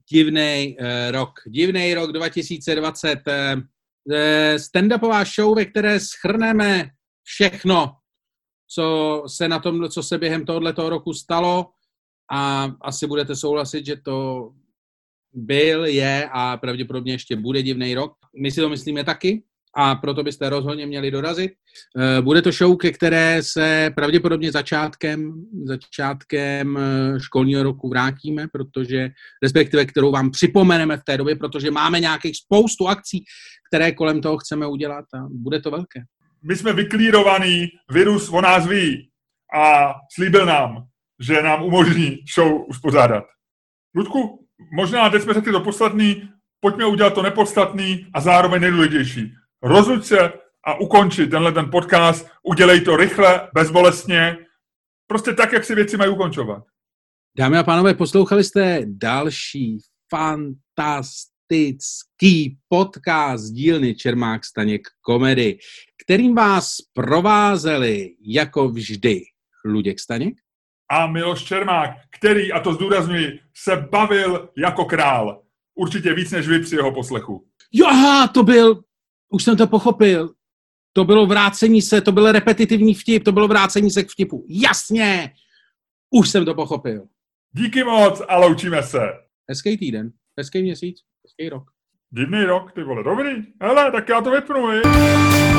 Divnej rok 2020. Stand-upová show, ve které shrneme všechno, co se během tohoto roku stalo, a asi budete souhlasit, že to je a pravděpodobně ještě bude divnej rok. My si to myslíme taky a proto byste rozhodně měli dorazit. Bude to show, ke které se pravděpodobně začátkem školního roku vrátíme, respektive kterou vám připomeneme v té době, protože máme nějakých spoustu akcí, které kolem toho chceme udělat a bude to velké. My jsme vyklírovaný, virus o nás ví a slíbil nám, že nám umožní show uspořádat. Ludku, možná teď jsme řekli to podstatný, pojďme udělat to nepodstatný a zároveň nejdůležitější. Rozluč se a ukonči ten podcast, udělej to rychle, bezbolestně, prostě tak, jak si věci mají ukončovat. Dámy a pánové, poslouchali jste další fantastický podcast z dílny Čermák Staněk Komedy, kterým vás provázeli jako vždy Luděk Staněk a Miloš Čermák, který, a to zdůrazňuji, se bavil jako král. Určitě víc než vy při jeho poslechu. Jo, aha, už jsem to pochopil. To bylo vrácení se, to byl repetitivní vtip, to bylo vrácení se k vtipu. Jasně, už jsem to pochopil. Díky moc a loučíme se. Hezký týden, hezký měsíc, hezký rok. Divný rok, ty vole, dobrý. Hele, tak já to vypnu,